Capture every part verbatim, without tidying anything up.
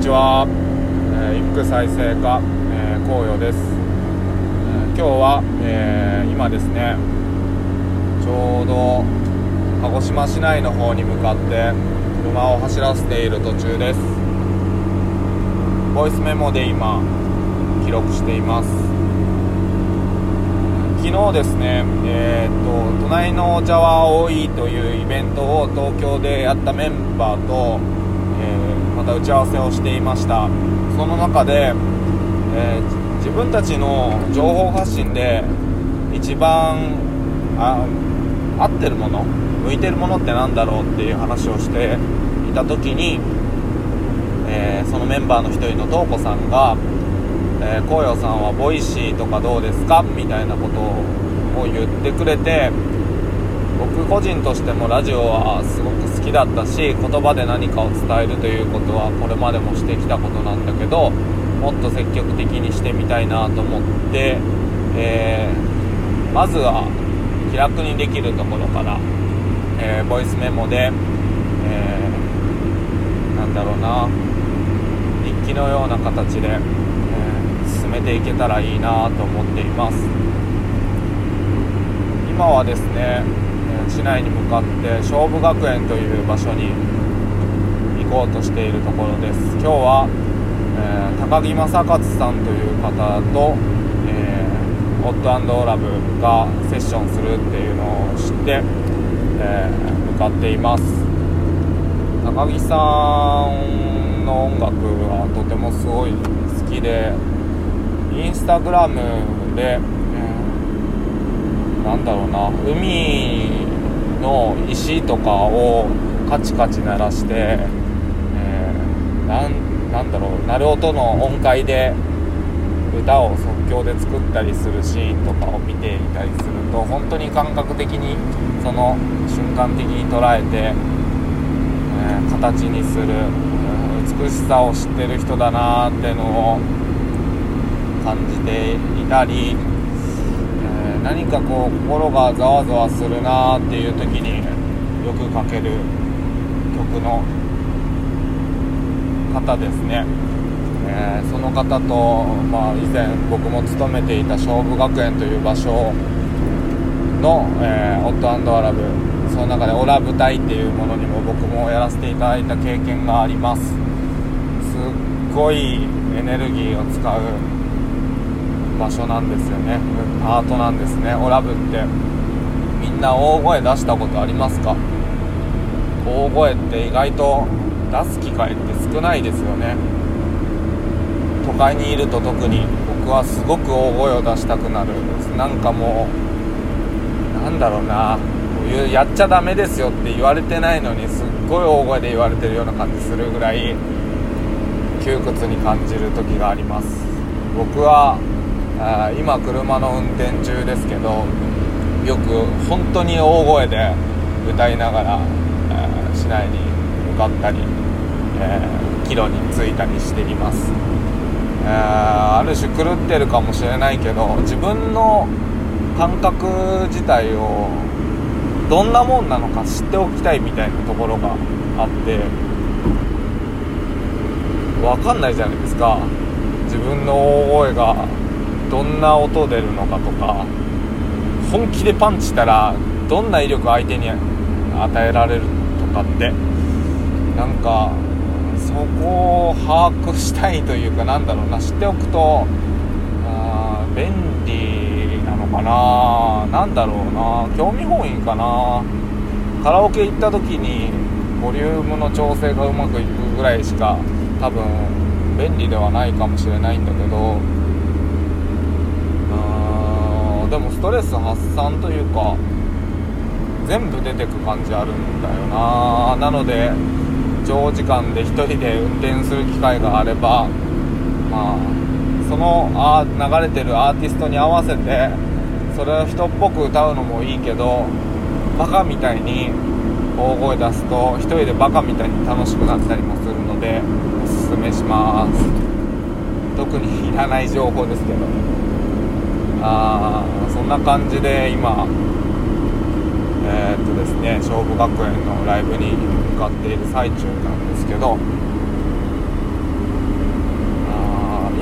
ちは、えー、一服再生家、えー、紅葉です。えー、今日は、えー、今ですねちょうど鹿児島市内の方に向かって車を走らせている途中です。ボイスメモで今記録しています。昨日ですね、えー、と隣のお茶は多いというイベントを東京でやったメンバーと、えー、また打ち合わせをしていました。その中で、えー、自分たちの情報発信で一番あ合ってるもの、向いてるものってなんだろうっていう話をしていた時に、えー、そのメンバーの一人のトウコさんがえー、紅葉さんはボイシーとかどうですかみたいなことを言ってくれて、僕個人としてもラジオはすごく好きだったし、言葉で何かを伝えるということはこれまでもしてきたことなんだけど、もっと積極的にしてみたいなと思って、えー、まずは気楽にできるところから、えー、ボイスメモで、えー、なんだろうな日記のような形で進めていけたらいいなと思っています。今はですね市内に向かって勝負学園という場所に行こうとしているところです。今日は、えー、高木正勝さんという方と、えー、オット&オラブがセッションするっていうのを知って、えー、向かっています。高木さんの音楽はとてもすごい好きで、インスタグラムで、えー、なんだろうな海の石とかをカチカチ鳴らして、えー、なん、なんだろう鳴る音の音階で歌を即興で作ったりするシーンとかを見ていたりすると、本当に感覚的にその瞬間的に捉えて、えー、形にする、美しさを知ってる人だなっていうのを感じていたり、えー、何かこう心がざわざわするなっていう時によくかける曲の方ですね。えー、その方と、まあ、以前僕も勤めていた勝負学園という場所の、えー、オット&オラブ、その中でオラブ隊っていうものにも僕もやらせていただいた経験があります。すっごいエネルギーを使う場所なんですよね。パートなんですね。オラブってみんな大声出したことありますか？大声って意外と出す機会って少ないですよね。都会にいると特に僕はすごく大声を出したくなるんです。なんかもうなんだろうな、やっちゃダメですよって言われてないのにすっごい大声で言われてるような感じするぐらい窮屈に感じる時があります。僕は今車の運転中ですけど、よく本当に大声で歌いながら市内に向かったり、えー、帰路に着いたりしています。えー、ある種狂ってるかもしれないけど、自分の感覚自体をどんなもんなのか知っておきたいみたいなところがあって、分かんないじゃないですか、自分の大声がどんな音出るのかとか、本気でパンチしたらどんな威力相手に与えられるとかって、なんかそこを把握したいというか、なんだろうな、知っておくとあ便利なのかな、なんだろうな、興味本位かな。カラオケ行った時にボリュームの調整がうまくいくぐらいしか多分便利ではないかもしれないんだけど、でもストレス発散というか全部出てく感じあるんだよな。なので長時間で一人で運転する機会があれば、まあそのあ流れてるアーティストに合わせてそれを人っぽく歌うのもいいけど、バカみたいに大声出すと一人でバカみたいに楽しくなったりもするのでおすすめします。特にいらない情報ですけど、あそんな感じで今えー、っとですね勝負学園のライブに向かっている最中なんですけど、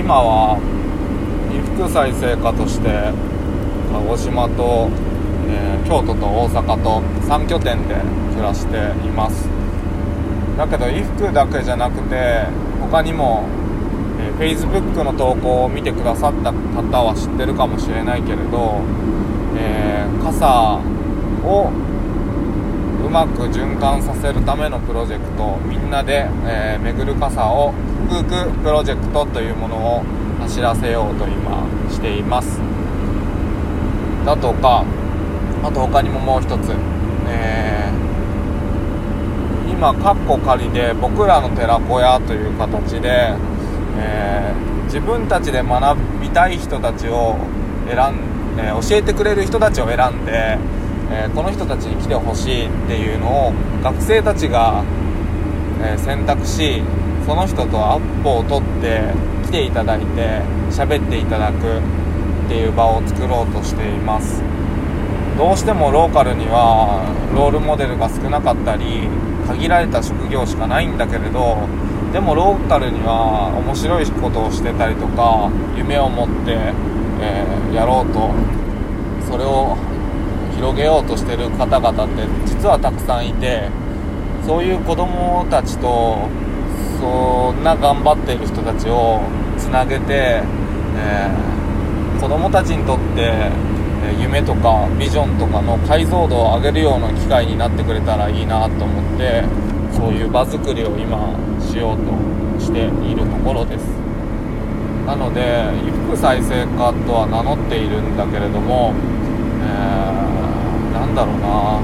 今は衣服再生課として鹿児島と、えー、京都と大阪とさん拠点で暮らしています。だけど衣服だけじゃなくて他にも、えー、Facebook の投稿を見てくださった方は知ってるかもしれないけれど、えー、傘をうまく循環させるためのプロジェクト、みんなで、えー、巡る傘をふくくプロジェクトというものを走らせようと今しています。だとか、あと他にももう一つ、えー、今カッコ仮で僕らの寺子屋という形で、えー、自分たちで学びたい人たちを選ん、えー、教えてくれる人たちを選んで、えー、この人たちに来てほしいっていうのを学生たちが、えー、選択し、その人とアップを取って来ていただいて喋っていただくっていう場を作ろうとしています。どうしてもローカルにはロールモデルが少なかったり限られた職業しかないんだけれど、でもローカルには面白いことをしてたりとか夢を持って、えー、やろうと、それを広げようとしてる方々って実はたくさんいて、そういう子供たちとそんな頑張っている人たちをつなげて、えー、子供たちにとって夢とかビジョンとかの解像度を上げるような機会になってくれたらいいなと思って、そういう場作りを今しようとしているところです。なので衣服再生課とは名乗っているんだけれども、えー、なんだろうな、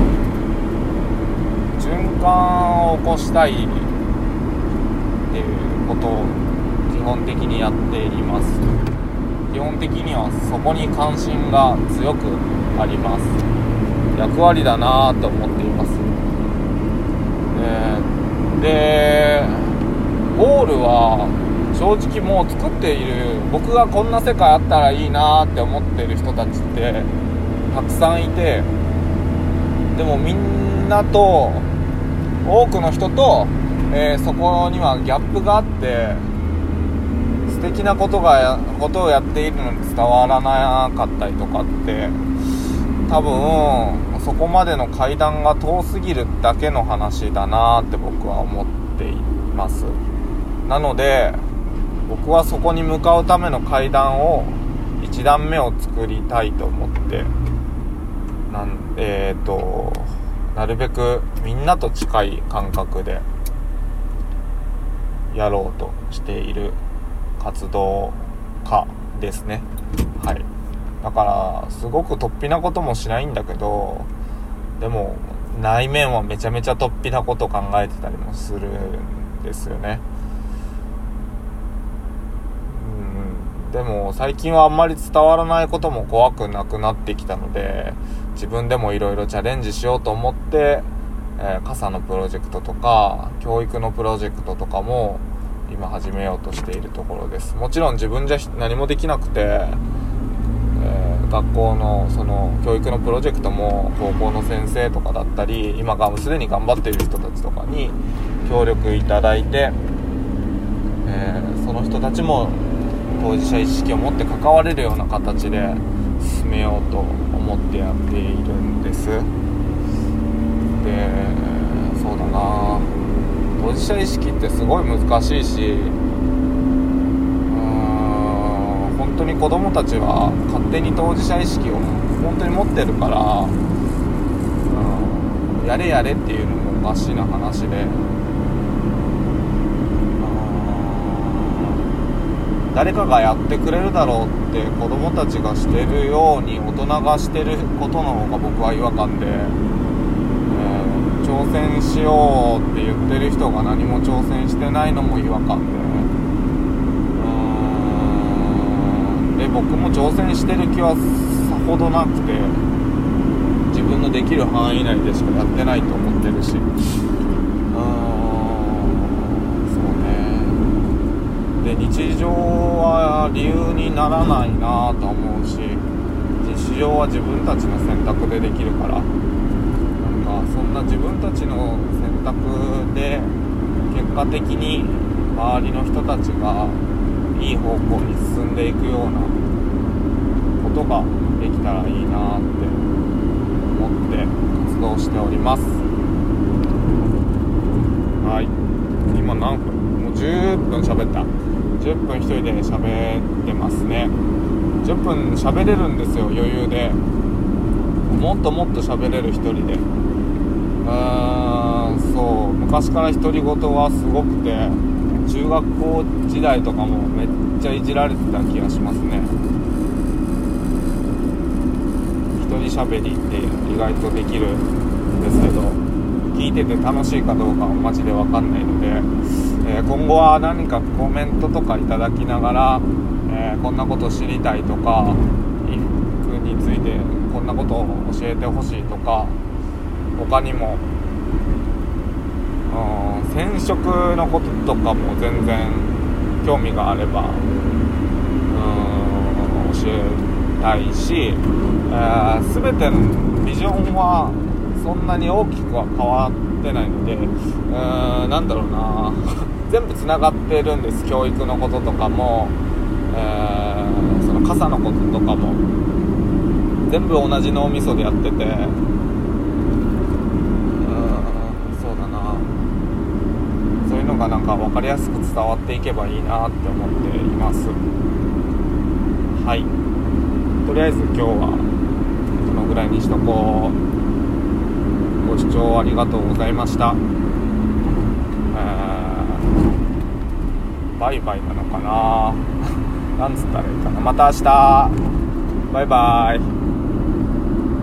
循環を起こしたいっていうことを基本的にやっています。基本的にはそこに関心が強くあります。役割だなと思っています。で、ゴールは正直もう作っている、僕がこんな世界あったらいいなって思っている人たちってたくさんいて、でもみんなと多くの人と、えー、そこにはギャップがあって、素敵なことがことをやっているのに伝わらなかったりとかって、多分そこまでの階段が遠すぎるだけの話だなって僕は思っています。なので僕はそこに向かうための階段をいち段目を作りたいと思って、なんえーとなるべくみんなと近い感覚でやろうとしている活動家ですね。はい。だからすごく突飛なこともしないんだけど、でも内面はめちゃめちゃ突飛なこと考えてたりもするんですよね。うん。でも最近はあんまり伝わらないことも怖くなくなってきたので、自分でもいろいろチャレンジしようと思って、えー、傘のプロジェクトとか教育のプロジェクトとかも今始めようとしているところです。もちろん自分じゃ何もできなくて、えー、学校のその教育のプロジェクトも高校の先生とかだったり、今がすでに頑張っている人たちとかに協力いただいて、えー、その人たちも当事者意識を持って関われるような形で進めようと思ってやっているんです。で、そうだな、当事者意識ってすごい難しいし、うーん、本当に子供たちは勝手に当事者意識を本当に持ってるから、うん、やれやれっていうのもおかしな話で、誰かがやってくれるだろうって子供たちがしてるように大人がしてることの方が僕は違和感で、挑戦しようって言ってる人が何も挑戦してないのも違和感で、うーんで僕も挑戦してる気はさほどなくて、自分のできる範囲内でしかやってないと思ってるし、うーんそうね。で、日常は理由にならないなと思うし、日常は自分たちの選択でできるから、そんな自分たちの選択で結果的に周りの人たちがいい方向に進んでいくようなことができたらいいなって思って活動しております。はい、今何分？もうじゅっぷん喋った。じゅっぷん一人で喋ってますね。じゅっぷん喋れるんですよ、余裕で。もっともっと喋れる一人で。うーん、そう、昔から独り言はすごくて、中学校時代とかもめっちゃいじられてた気がしますね。一人喋りって意外とできるんですけど、聞いてて楽しいかどうかはマジで分かんないので、えー、今後は何かコメントとかいただきながら、えー、こんなこと知りたいとか、衣服についてこんなことを教えてほしいとか、他にもうん染色のこととかも全然興味があればうん教えたいし、えー、全てのビジョンはそんなに大きくは変わってないので、うーんなんだろうな全部つながってるんです。教育のこととかも、えー、その傘のこととかも全部同じ脳みそでやってて、うーんそうだな、そういうのがなんか分かりやすく伝わっていけばいいなって思っています。はい、とりあえず今日はこのぐらいにしとこう。ご視聴ありがとうございました。えー、バイバイなのかななんつったらいいかな。また明日。バイバイ。